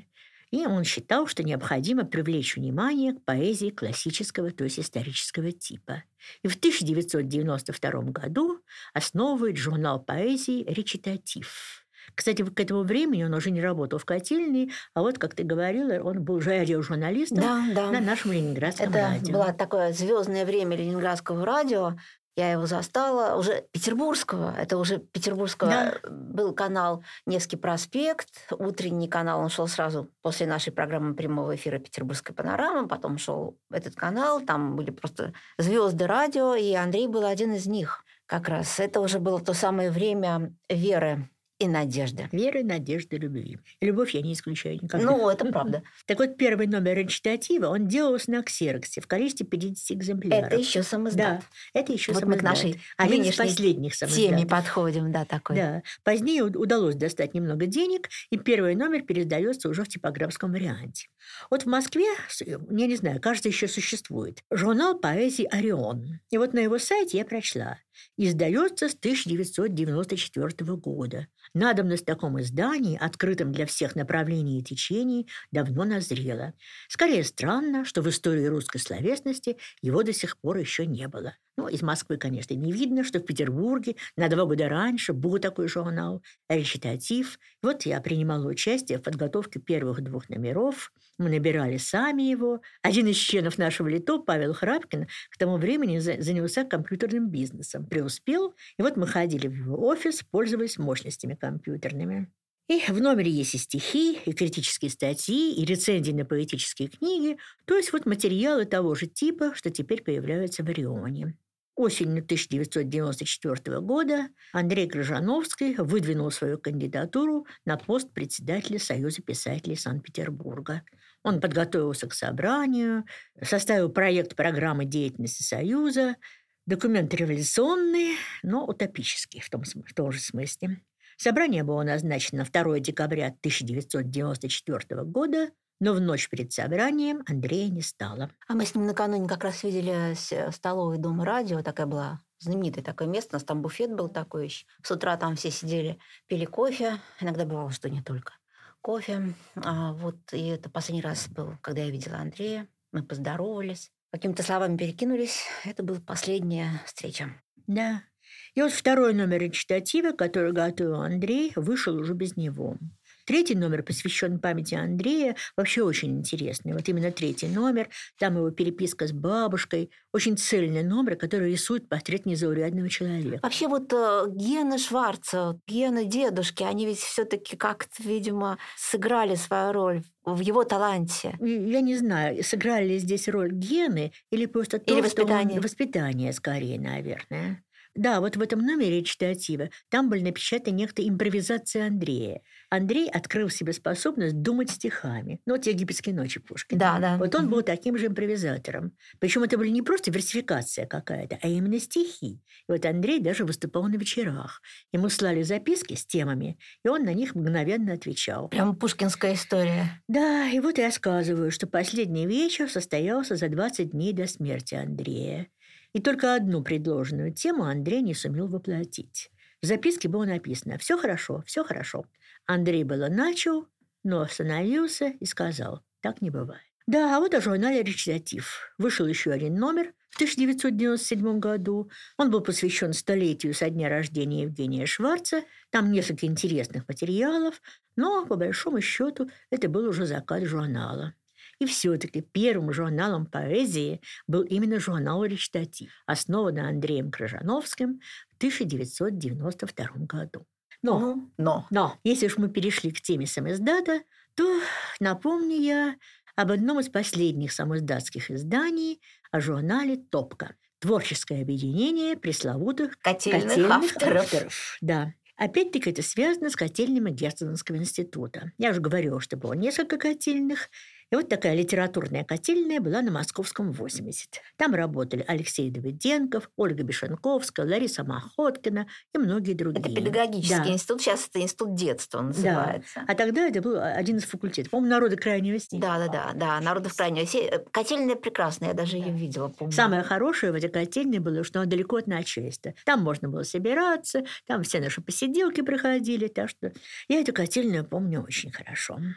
И он считал, что необходимо привлечь внимание к поэзии классического, то есть исторического типа. И в тысяча девятьсот девяносто втором году основывает журнал поэзии «Речитатив». Кстати, к этому времени он уже не работал в котельной, а вот, как ты говорила, он был уже радиожурналистом Да, да. на нашем ленинградском Это радио. было такое звездное время ленинградского радио. Я его застала, уже петербургского, это уже петербургского Да. был канал «Невский проспект», утренний канал, он шел сразу после нашей программы прямого эфира «Петербургская панорама», потом шел этот канал, там были просто звезды радио, и Андрей был один из них как раз. Это уже было то самое время веры и надежды. Веры, надежды, любви. Любовь я не исключаю никогда. Ну, это правда. Так вот, первый номер речитатива, он делался на ксероксе в количестве пятидесяти экземпляров. Это еще самоиздат. Да, это еще Вот мы к самоиздат. нашей Один из нынешней последних теме самоиздатов. подходим, да, такой. Да. Позднее уд- удалось достать немного денег, и первый номер пересдается уже в типографском варианте. Вот в Москве, с- я не знаю, кажется, еще существует журнал поэзии «Орион». И вот на его сайте я прочла. Издается с тысяча девятьсот девяносто четвёртого года. Надобность в таком издании, открытом для всех направлений и течений, давно назрела. Скорее странно, что в истории русской словесности его до сих пор еще не было. Ну, из Москвы, конечно, не видно, что в Петербурге на два года раньше был такой журнал «Речитатив». Вот я принимала участие в подготовке первых двух номеров. Мы набирали сами его. Один из членов нашего ЛИТО, Павел Храпкин, к тому времени за- занялся компьютерным бизнесом, преуспел. И вот мы ходили в его офис, пользовались мощностями компьютерными. И в номере есть и стихи, и критические статьи, и рецензии на поэтические книги, то есть вот материалы того же типа, что теперь появляются в «Орионе». Осенью тысяча девятьсот девяносто четвёртого года Андрей Крыжановский выдвинул свою кандидатуру на пост председателя Союза писателей Санкт-Петербурга. Он подготовился к собранию, составил проект программы деятельности Союза, документ революционный, но утопический в том, см- в том же смысле. Собрание было назначено на второе декабря тысяча девятьсот девяносто четвёртого года, но в ночь перед собранием Андрея не стало. А мы с ним накануне как раз виделись в столовой Дома радио. Такая была знаменитое такое место. У нас там буфет был такой еще. С утра там все сидели, пили кофе. Иногда бывало, что не только кофе. А вот и это последний раз был, когда я видела Андрея. Мы поздоровались, какими-то словами перекинулись. Это была последняя встреча. Да. И вот второй номер речитатива, который готовил Андрей, вышел уже без него. Третий номер посвящен памяти Андрея, вообще очень интересный. Вот именно третий номер, там его переписка с бабушкой, очень цельный номер, который рисует портрет незаурядного человека. Вообще вот э, гены Шварца, гены дедушки, они ведь все-таки как-то, видимо, сыграли свою роль в его таланте. И Я не знаю, сыграли ли здесь роль гены или просто то, Или что он- воспитание. воспитание скорее, наверное. Да, вот в этом номере речитатива там были напечатаны некоторые импровизации Андрея. Андрей открыл в себе способность думать стихами. Ну, вот «Египетские ночи» Пушкина. Да, да. Вот он был таким же импровизатором. Причем это были не просто версификация какая-то, а именно стихи. И вот Андрей даже выступал на вечерах. Ему слали записки с темами, и он на них мгновенно отвечал. Прям пушкинская история. Да, и вот я рассказываю, что последний вечер состоялся за двадцать дней до смерти Андрея. И только одну предложенную тему Андрей не сумел воплотить. В записке было написано «Все хорошо, все хорошо». Андрей было начал, но остановился и сказал «Так не бывает». Да, а вот о журнале «Речитатив». Вышел еще один номер в тысяча девятьсот девяносто седьмом году. Он был посвящен столетию со дня рождения Евгения Шварца. Там несколько интересных материалов, но, по большому счету, это был уже закат журнала. И все-таки первым журналом поэзии был именно журнал «Речитатив», основанный Андреем Крыжановским в тысяча девятьсот девяносто втором году. Но, Ну, но. но если уж мы перешли к теме самиздата, то напомню я об одном из последних самиздатских изданий, о журнале «Топка». Творческое объединение пресловутых Котельных, котельных авторов. авторов. Да. Опять-таки это связано с котельнями Герценовского института. Я уже говорила, что было несколько котельных. И вот такая литературная котельная была на Московском восемьдесят. Там работали Алексей Давыденков, Ольга Бешенковская, Лариса Махоткина и многие другие. Это педагогический Да. институт, сейчас это институт детства называется. А тогда это был один из факультетов. По-моему, народа крайнего стиля. Да, да, да, да, народов крайнего. Се- Котельная прекрасная, я даже ее видела, помню. Самое хорошее в этой котельне было, что она далеко от начальства. Там можно было собираться, там все наши посиделки проходили. Так что я эту котельную помню очень хорошо. И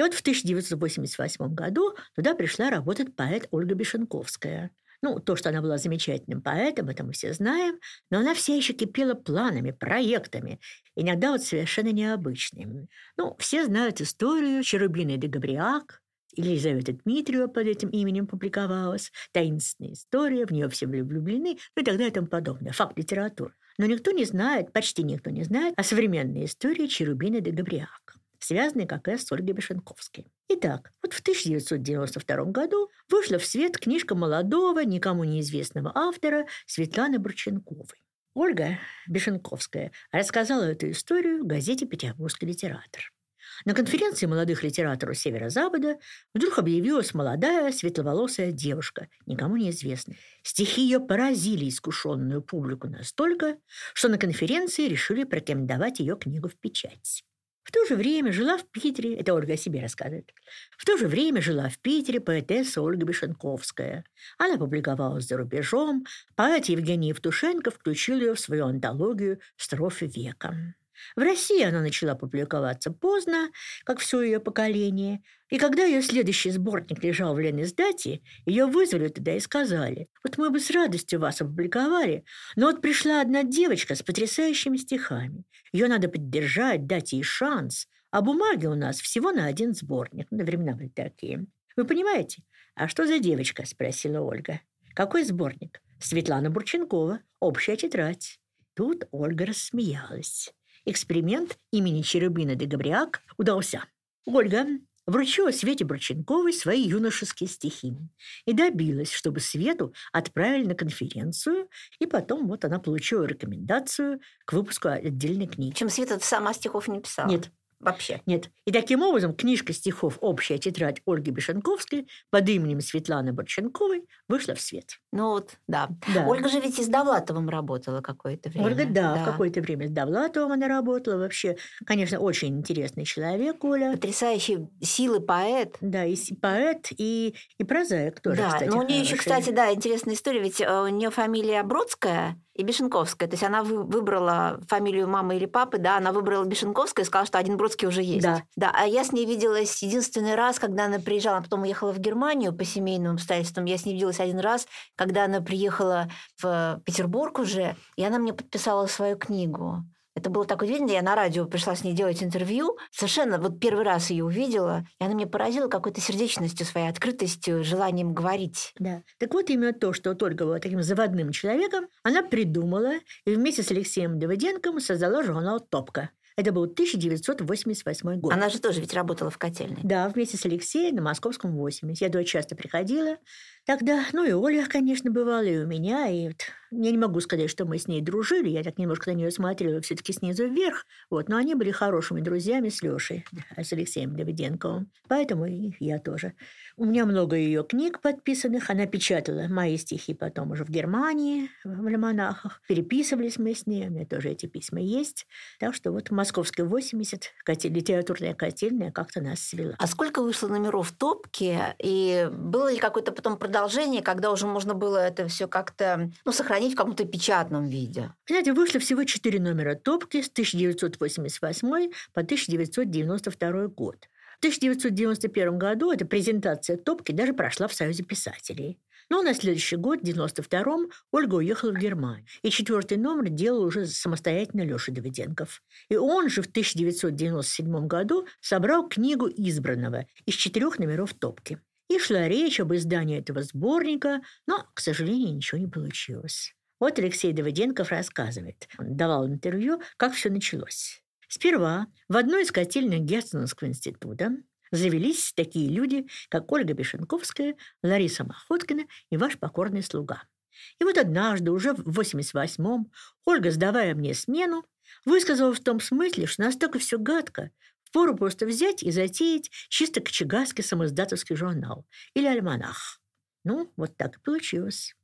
И вот в тысяча девятьсот восемьдесят восьмом году туда пришла работать поэт Ольга Бешенковская. Ну, то, что она была замечательным поэтом, это мы все знаем, но она вся еще кипела планами, проектами, иногда вот совершенно необычными. Ну, все знают историю Черубины де Габриак, Елизавета Дмитриева под этим именем публиковалась, таинственная история, в нее все были влюблены, ну и так далее и тому подобное, факт литературы. Но никто не знает, почти никто не знает о современной истории Черубины де Габриак, связанной как раз с Ольгой Бешенковской. Итак, вот в тысяча девятьсот девяносто втором году вышла в свет книжка молодого, никому неизвестного автора Светланы Бурченковой. Ольга Бешенковская рассказала эту историю в газете «Петербургский литератор». На конференции молодых литераторов Северо-Запада вдруг объявилась молодая светловолосая девушка, никому неизвестная. Стихи ее поразили искушенную публику настолько, что на конференции решили порекомендовать ее книгу в печать. В то же время жила в Питере, это Ольга о себе рассказывает, в то же время жила в Питере поэтесса Ольга Бешенковская. Она публиковалась за рубежом, поэт Евгений Евтушенко включил ее в свою антологию «Строфы века». В России она начала публиковаться поздно, как все ее поколение, и когда ее следующий сборник лежал в Лениздате, ее вызвали туда и сказали: «Вот мы бы с радостью вас опубликовали, но вот пришла одна девочка с потрясающими стихами. Ее надо поддержать, дать ей шанс, а бумаги у нас всего на один сборник». На времена были такие. «Вы понимаете? А что за девочка?» – спросила Ольга. «Какой сборник?» «Светлана Бурченкова. Общая тетрадь». Тут Ольга рассмеялась. Эксперимент имени Черубины де Габриак удался. Ольга вручила Свете Бурченковой свои юношеские стихи и добилась, чтобы Свету отправили на конференцию, и потом вот она получила рекомендацию к выпуску отдельной книги. Причем Света сама стихов не писала? Нет. Вообще? Нет. И таким образом книжка стихов «Общая тетрадь» Ольги Бешенковской под именем Светланы Бурченковой вышла в свет. Ну вот, да. да. Ольга же ведь и с Довлатовым работала какое-то время. Ольга, да, да. в какое-то время с Довлатовым она работала. Вообще, конечно, очень интересный человек, Оля. Потрясающей силы поэт. Да, и поэт, и, и прозаик тоже, да, кстати. Но у нее хороший. еще, кстати, да, интересная история, ведь у нее фамилия Бродская и Бешенковская. То есть она выбрала фамилию мамы или папы, да, она выбрала Бешенковская и сказала, что один Бродский уже есть. Да. Да, а я с ней виделась единственный раз, когда она приезжала, а потом уехала в Германию по семейным обстоятельствам. Я с ней виделась один раз, когда она приехала в Петербург уже, и она мне подписала свою книгу. Это было так удивительно. Я на радио пришла с ней делать интервью. Совершенно вот первый раз ее увидела, и она меня поразила какой-то сердечностью своей, открытостью, желанием говорить. Да. Так вот именно то, что вот Ольга была таким заводным человеком, она придумала и вместе с Алексеем Давыденковым создала журнал «Топка». Это был тысяча девятьсот восемьдесят восьмой год. Она же тоже ведь работала в котельной. Да, вместе с Алексеем на Московском восемьдесят. Я туда часто приходила. Тогда, ну и Оля, конечно, бывала, и у меня. И вот, я не могу сказать, что мы с ней дружили. Я так немножко на нее смотрела все-таки снизу вверх. Вот, но они были хорошими друзьями с Лешей, с Алексеем Давыденковым. Поэтому и я тоже. У меня много ее книг подписанных. Она печатала мои стихи потом уже в Германии, в альманахах. Переписывались мы с ней. У меня тоже эти письма есть. Так что вот Московская восемьдесят, литературная котельная, как-то нас свела. А сколько вышло номеров в «Топке»? И было ли какое-то потом продолжение, когда уже можно было это все как-то, ну, сохранить в каком-то печатном виде? Знаете, вышло всего четыре номера «Топки» с тысяча девятьсот восемьдесят восьмой по тысяча девятьсот девяносто второй год. В тысяча девятьсот девяносто первом году эта презентация «Топки» даже прошла в Союзе писателей. Но на следующий год, в девяносто втором, Ольга уехала в Германию. И четвертый номер делал уже самостоятельно Леша Давыденков. И он же в тысяча девятьсот девяносто седьмом году собрал книгу избранного из четырех номеров «Топки». И шла речь об издании этого сборника, но, к сожалению, ничего не получилось. Вот Алексей Давыденков рассказывает. Он давал интервью, как все началось. Сперва в одной из котельных Герценовского института завелись такие люди, как Ольга Бешенковская, Лариса Махоткина и ваш покорный слуга. И вот однажды, уже в восемьдесят восьмом, Ольга, сдавая мне смену, высказала в том смысле, что настолько все гадко, впору просто взять и затеять чисто кочегарский самоиздатовский журнал или альманах. Ну, вот так и получилось.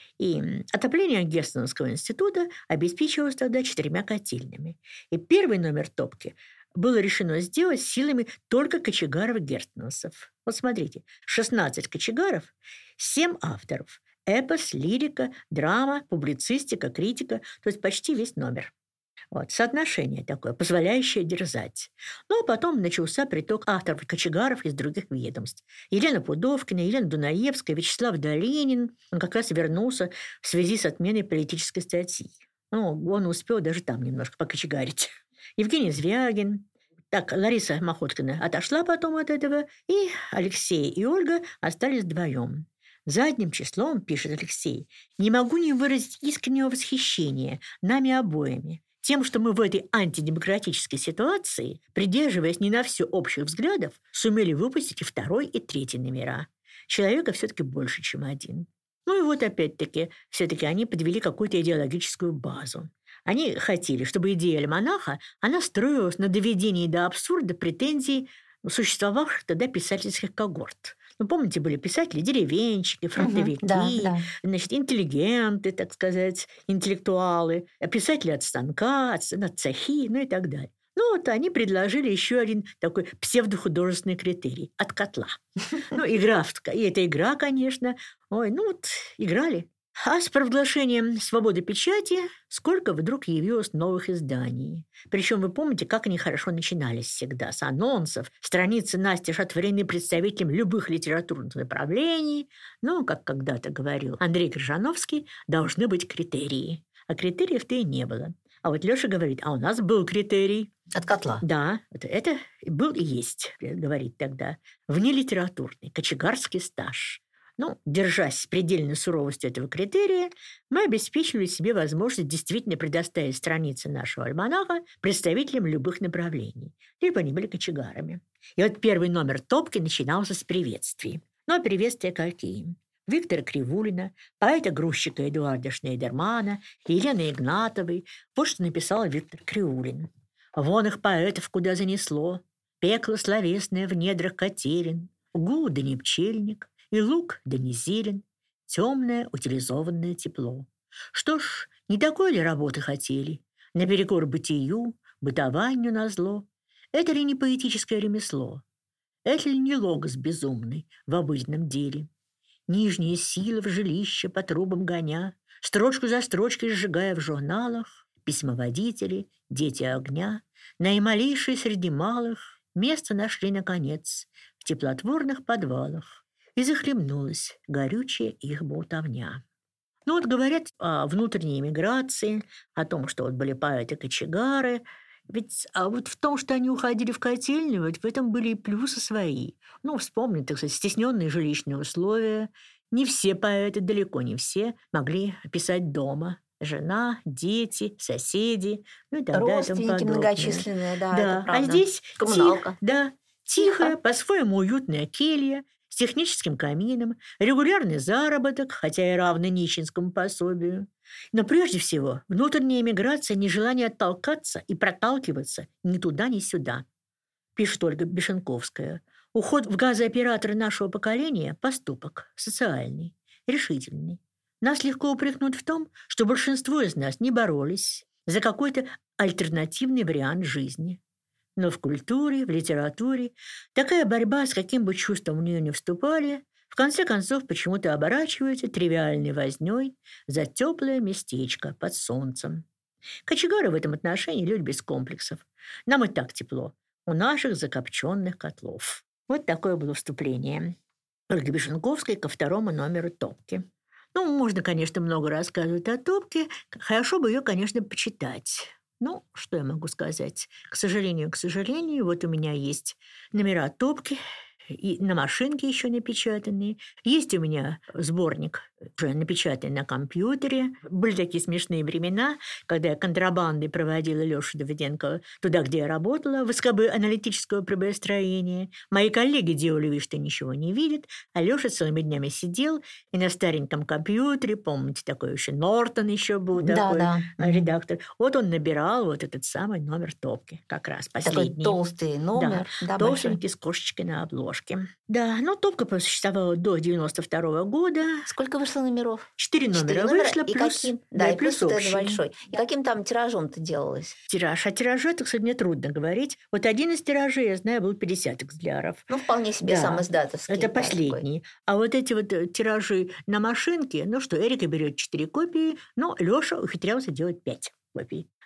И отопление Герценовского института обеспечивалось тогда четырьмя котельными. И первый номер «Топки» было решено сделать силами только кочегаров-герценовцев. Вот смотрите, шестнадцать кочегаров, семь авторов. Эпос, лирика, драма, публицистика, критика, то есть почти весь номер. Вот, соотношение такое, позволяющее дерзать. Ну, а потом начался приток авторов-кочегаров из других ведомств. Елена Пудовкина, Елена Дунаевская, Вячеслав Долинин. Он как раз вернулся в связи с отменой политической статьи. Ну, он успел даже там немножко покочегарить. Евгений Звягин. Так, Лариса Махоткина отошла потом от этого, и Алексей и Ольга остались вдвоем. Задним числом, пишет Алексей, не могу не выразить искреннего восхищения нами обоими. Тем, что мы в этой антидемократической ситуации, придерживаясь не на все общих взглядов, сумели выпустить и второй, и третий номера. Человека все-таки больше, чем один. Ну и вот опять-таки, все-таки они подвели какую-то идеологическую базу. Они хотели, чтобы идея альманаха, она строилась на доведении до абсурда претензий существовавших тогда писательских когорт. Ну, помните, были писатели, деревенщики, фронтовики, угу, да, да. Значит, интеллигенты, так сказать, интеллектуалы, писатели от станка, от, от цехи, ну и так далее. Ну, вот они предложили еще один такой псевдохудожественный критерий – от котла. Ну, игра, и эта игра, конечно, ой, ну вот играли. А с провозглашением свободы печати сколько вдруг явилось новых изданий. Причем вы помните, как они хорошо начинались всегда. С анонсов, страницы настежь отворены представителям любых литературных направлений. Ну, как когда-то говорил Андрей Крыжановский, должны быть критерии. А критериев-то и не было. А вот Леша говорит, а у нас был критерий. От котла. Да, это, это был и есть, говорит тогда, внелитературный, кочегарский стаж. Ну, держась предельной суровости этого критерия, мы обеспечивали себе возможность действительно предоставить страницы нашего альманаха представителям любых направлений, либо они были кочегарами. И вот первый номер топки начинался с приветствий. Ну, а приветствия какие? Виктора Кривулина, поэта-грузчика Эдуарда Шнейдермана, Елены Игнатовой. Вот что написал Виктор Кривулин. «Вон их поэтов куда занесло, пекло словесное в недрах Катерин, гул да не пчельник, и лук да не зелень, темное утилизованное тепло. Что ж, не такой ли работы хотели? Наперекор бытию, бытованию назло. Это ли не поэтическое ремесло? Это ли не логос безумный в обыденном деле? Нижние силы в жилище по трубам гоня, строчку за строчкой сжигая в журналах, письмоводители, дети огня, наималейшие среди малых место нашли, наконец, в теплотворных подвалах. И захлебнулась горючая их болтовня. Ну вот говорят о внутренней эмиграции, о том, что вот были поэты-кочегары. Ведь а вот в том, что они уходили в котельную, ведь в этом были и плюсы свои. Ну, вспомнить, так сказать, стесненные жилищные условия. Не все поэты, далеко не все, могли писать дома. Жена, дети, соседи, ну и так далее. Родственники многочисленные, да, да. это правда. А здесь коммуналка. Тих, да, тихая, по-своему уютная келья, с техническим камином, регулярный заработок, хотя и равный нищенскому пособию. Но прежде всего внутренняя эмиграция, нежелание оттолкаться и проталкиваться ни туда, ни сюда. Пишет Ольга Бешенковская. Уход в газооператора нашего поколения – поступок, социальный, решительный. Нас легко упрекнуть в том, что большинство из нас не боролись за какой-то альтернативный вариант жизни. Но в культуре, в литературе такая борьба, с каким бы чувством в нее не вступали, в конце концов почему-то оборачивается тривиальной вознёй за теплое местечко под солнцем. Кочегары в этом отношении люди без комплексов. Нам и так тепло у наших закопченных котлов. Вот такое было вступление Ольги Бешенковской ко второму номеру топки. Ну, можно, конечно, много рассказывать о топке. Хорошо бы ее, конечно, почитать. Ну, что я могу сказать? К сожалению, к сожалению, вот у меня есть номера топки, и на машинке еще напечатанные. Есть у меня сборник, уже напечатанный на компьютере. Были такие смешные времена, когда я контрабандой проводила Лешу Давыденко туда, где я работала, в СКБ аналитического прибоестроения. Мои коллеги делали вид, что ничего не видят, а Леша целыми днями сидел и на стареньком компьютере, помните, такой еще Нортон еще был, да, такой да. редактор. Вот он набирал вот этот самый номер топки, как раз последний. Такой толстый номер. Да, да, толстенький, с кошечкой на обложке. Да, ну топка просуществовала до девяносто второго года. Сколько вышло номеров? Четыре номера, Четыре номера вышло, и плюс, каким? да, Да, и и плюс, плюс плюс общий. это большой. И каким там тиражом-то делалось? Тираж. А тираже, так сказать, мне трудно говорить. Вот один из тиражей, я знаю, был пятьдесят экземпляров. Ну, вполне себе Да, сам издатовский. это да, последний. А вот эти вот тиражи на машинке, ну что, Эрика берет четыре копии, но Леша ухитрялся делать пять копий.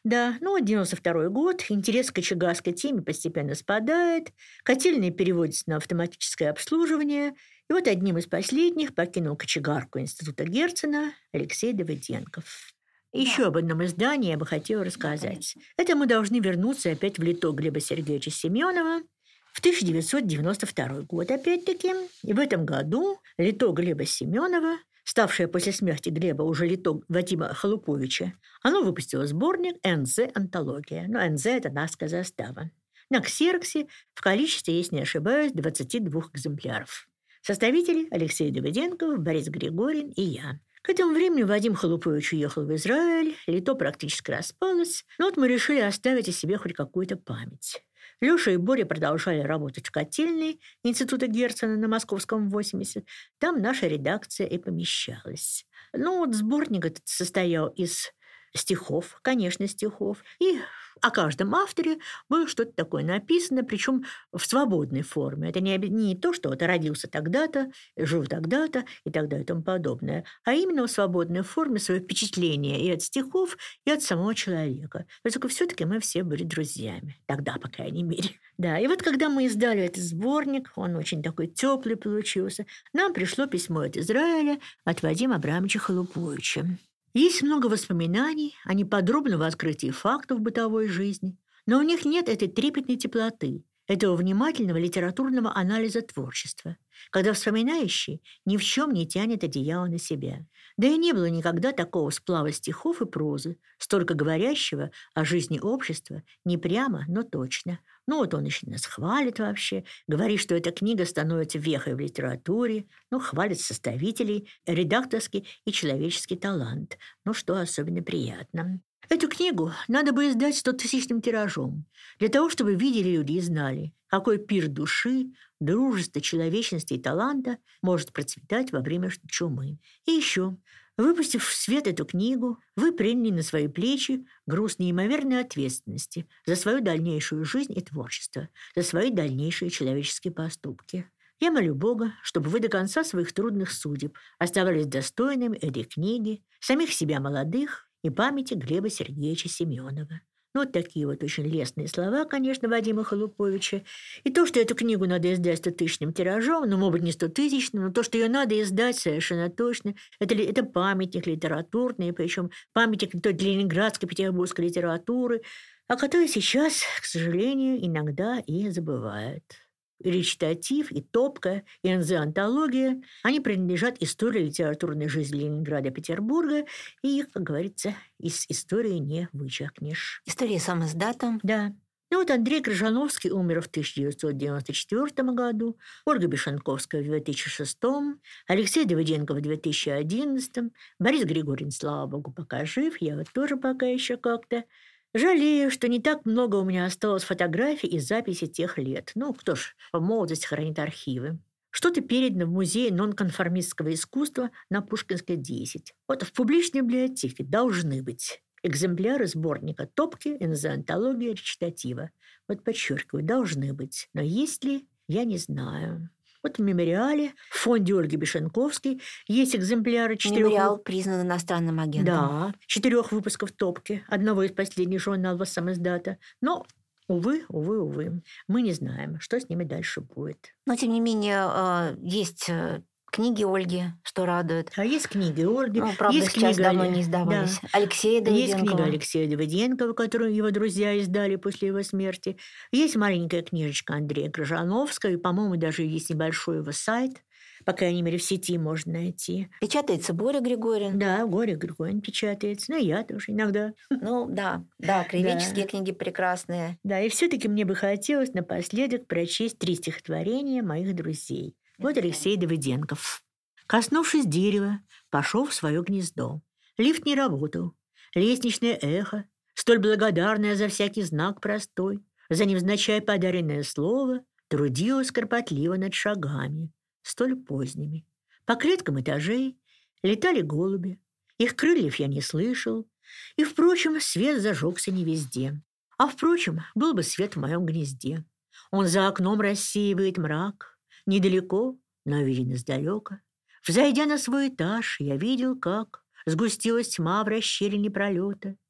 Да, ну вот девяносто второй год, интерес к кочегарской теме постепенно спадает, котельные переводятся на автоматическое обслуживание, и вот одним из последних покинул кочегарку института Герцена Алексей Давыденков. Еще да. об одном издании я бы хотела рассказать. Это мы должны вернуться опять в литок Глеба Сергеевича Семенова в тысяча девятьсот девяносто второй год опять-таки. И в этом году литок Глеба Семенова, ставшее после смерти Глеба уже литок Вадима Холуповича, оно выпустило сборник «эн зэ Антология». Ну, «эн зэ» — это наская застава. На ксероксе в количестве, если не ошибаюсь, двадцати двух экземпляров. Составители Алексей Давыденков, Борис Григорин и я. К этому времени Вадим Холупович уехал в Израиль, лито практически распалось, но вот мы решили оставить о себе хоть какую-то память. Леша и Боря продолжали работать в котельной института Герцена на Московском восемьдесят. Там наша редакция и помещалась. Ну вот сборник этот состоял из стихов, конечно, стихов, и о каждом авторе было что-то такое написано, причем в свободной форме. Это не, не то, что вот родился тогда-то, жил тогда-то и так далее и тому подобное, а именно в свободной форме свое впечатление и от стихов, и от самого человека. Только все-таки мы все были друзьями. Тогда, по крайней мере. Да, и вот когда мы издали этот сборник, он очень такой теплый получился, нам пришло письмо от Израиля от Вадима Абрамовича Холуповича. Есть много воспоминаний о неподробном открытии фактов бытовой жизни, но у них нет этой трепетной теплоты, этого внимательного литературного анализа творчества, когда вспоминающий ни в чем не тянет одеяло на себя. Да и не было никогда такого сплава стихов и прозы, столько говорящего о жизни общества, не прямо, но точно. Ну вот он еще нас хвалит вообще, говорит, что эта книга становится вехой в литературе, ну, хвалит составителей, редакторский и человеческий талант, ну, что особенно приятно. Эту книгу надо бы издать стотысячным тиражом, для того, чтобы видели люди и знали, какой пир души, дружества, человечности и таланта может процветать во время чумы. И еще, выпустив в свет эту книгу, вы приняли на свои плечи груз неимоверной ответственности за свою дальнейшую жизнь и творчество, за свои дальнейшие человеческие поступки. Я молю Бога, чтобы вы до конца своих трудных судеб оставались достойными этой книги, самих себя молодых и памяти Глеба Сергеевича Семенова. Ну, вот такие вот очень лестные слова, конечно, Вадима Холуповича. И то, что эту книгу надо издать стотысячным тиражом, ну, может быть, не стотысячным, но то, что ее надо издать совершенно точно, это, это памятник литературный, причем памятник не только ленинградской, петербургской литературы, о которой сейчас, к сожалению, иногда и забывают. И речитатив, и топка, и эн зэ Антология, они принадлежат истории литературной жизни Ленинграда и Петербурга, и их, как говорится, из истории не вычеркнешь. История самоиздата. Да. Ну вот Андрей Крыжановский умер в тысяча девятьсот девяносто четвёртом году, Ольга Бешенковская в две тысячи шестом, Алексей Давыденков в две тысячи одиннадцатом, Борис Григорин, слава богу, пока жив, я вот тоже пока еще как-то. Жалею, что не так много у меня осталось фотографий и записей тех лет. Ну, кто ж по молодости хранит архивы. Что-то передано в музее нонконформистского искусства на Пушкинской, десять. Вот в публичной библиотеке должны быть экземпляры сборника «Топки», эн зэ Антология, речитатива. Вот подчеркиваю, должны быть. Но есть ли, я не знаю. Вот в мемориале, в фонде Ольги Бешенковской есть экземпляры четырех... Мемориал признан иностранным агентом. Да, четырех выпусков «Топки», одного из последних журналов самиздата. Но, увы, увы, увы, мы не знаем, что с ними дальше будет. Но, тем не менее, есть книги Ольги, что радует. А есть книги Ольги. Ну, правда, есть сейчас книга... давно не издавались. Да. Алексея Давыденкова. Есть книга Алексея Давыденкова, которую его друзья издали после его смерти. Есть маленькая книжечка Андрея Крыжановского, и, по-моему, даже есть небольшой его сайт. По крайней мере, в сети можно найти. Печатается Боря Григорин. Да, Боря Григорин печатается. Ну, я тоже иногда. Ну, да. Да, краеведческие да. книги прекрасные. Да, и все-таки мне бы хотелось напоследок прочесть три стихотворения моих друзей. Вот Алексей Давыденков. Коснувшись дерева, пошел в свое гнездо. Лифт не работал. Лестничное эхо, столь благодарное за всякий знак простой, за невзначай подаренное слово, трудилось кропотливо над шагами, столь поздними. По клеткам этажей летали голуби. Их крыльев я не слышал. И, впрочем, свет зажегся не везде. А, впрочем, был бы свет в моем гнезде. Он за окном рассеивает мрак. Недалеко, но виден издалека. Взойдя на свой этаж, я видел, как сгустилась тьма в расщелине пролета.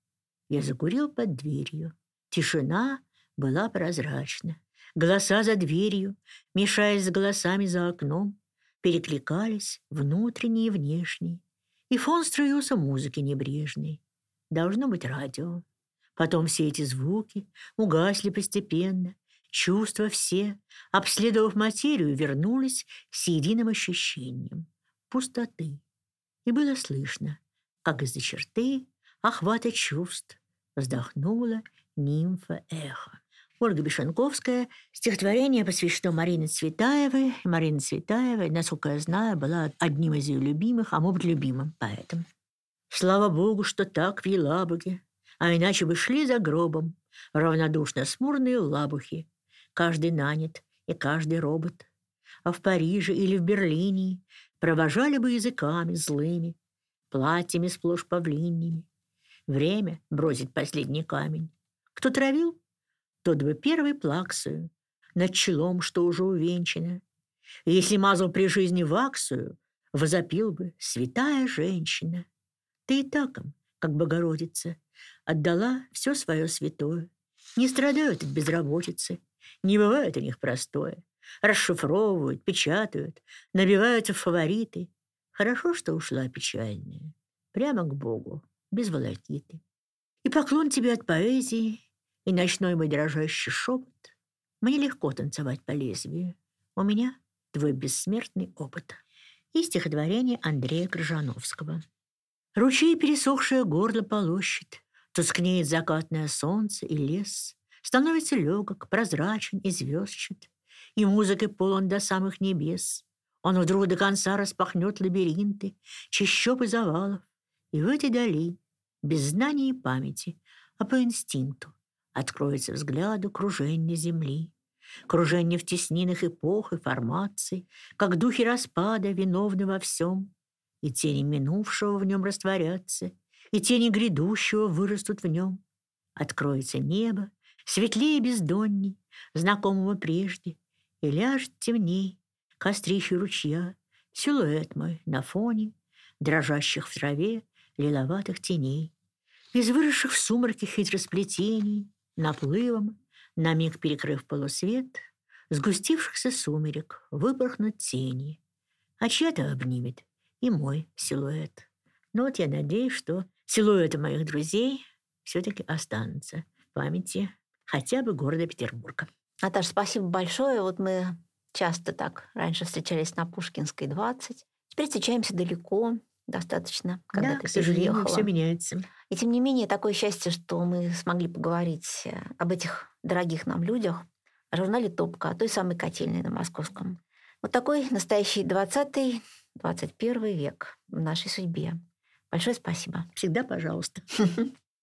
Я закурил под дверью. Тишина была прозрачна. Голоса за дверью, мешаясь с голосами за окном, перекликались внутренние и внешние. И фон струился музыки небрежной. Должно быть радио. Потом все эти звуки угасли постепенно. Чувства все, обследовав материю, вернулись с единым ощущением пустоты. И было слышно, как из-за черты охвата чувств вздохнула нимфа эхо. Ольга Бешенковская. Стихотворение посвящено Марине Цветаевой. Марина Цветаева, насколько я знаю, была одним из ее любимых, а может, любимым поэтом. Слава Богу, что так в Елабуге, а иначе бы шли за гробом равнодушно смурные лабухи, каждый нанят и каждый робот. А в Париже или в Берлине провожали бы языками злыми, платьями сплошь павлиньими. Время бросит последний камень. Кто травил, тот бы первый плаксою над челом, что уже увенчано. И если мазал при жизни ваксою, возопил бы святая женщина. Ты и таком, как Богородица, отдала все свое святое. Не страдают от безработицы, не бывает у них простое. Расшифровывают, печатают, набиваются в фавориты. Хорошо, что ушла печальная, прямо к Богу, без волокиты. И поклон тебе от поэзии, и ночной мой дрожащий шепот. Мне легко танцевать по лезвию. У меня твой бессмертный опыт. И стихотворение Андрея Крыжановского. Ручей пересохшее горло полощет, тускнеет закатное солнце, и лес становится легок, прозрачен и звездчат, и музыкой полон до самых небес. Он вдруг до конца распахнет лабиринты, чащоб и завалов, и в этой дали, без знаний и памяти, а по инстинкту, откроется взгляду кружение земли, кружение в теснинах эпох и формаций, как духи распада, виновны во всем, и тени минувшего в нем растворятся, и тени грядущего вырастут в нем. Откроется небо, светлее бездонней, знакомого прежде, и ляжет темней, кострищу ручья, силуэт мой на фоне дрожащих в траве лиловатых теней. Из выросших в сумраке хитросплетений, наплывом, на миг перекрыв полусвет, сгустившихся сумерек выпорхнут тени, а чья-то обнимет и мой силуэт. Но вот я надеюсь, что силуэты моих друзей все-таки останутся в памяти хотя бы города Петербурга. Наташа, спасибо большое. Вот мы часто так раньше встречались на Пушкинской, двадцать. Теперь встречаемся далеко, достаточно, когда Да, ты к сожалению, переехала. все меняется. И тем не менее, такое счастье, что мы смогли поговорить об этих дорогих нам людях, о журнале «Топка», о той самой котельной на Московском. Вот такой настоящий двадцатый, двадцать первый век в нашей судьбе. Большое спасибо. Всегда пожалуйста.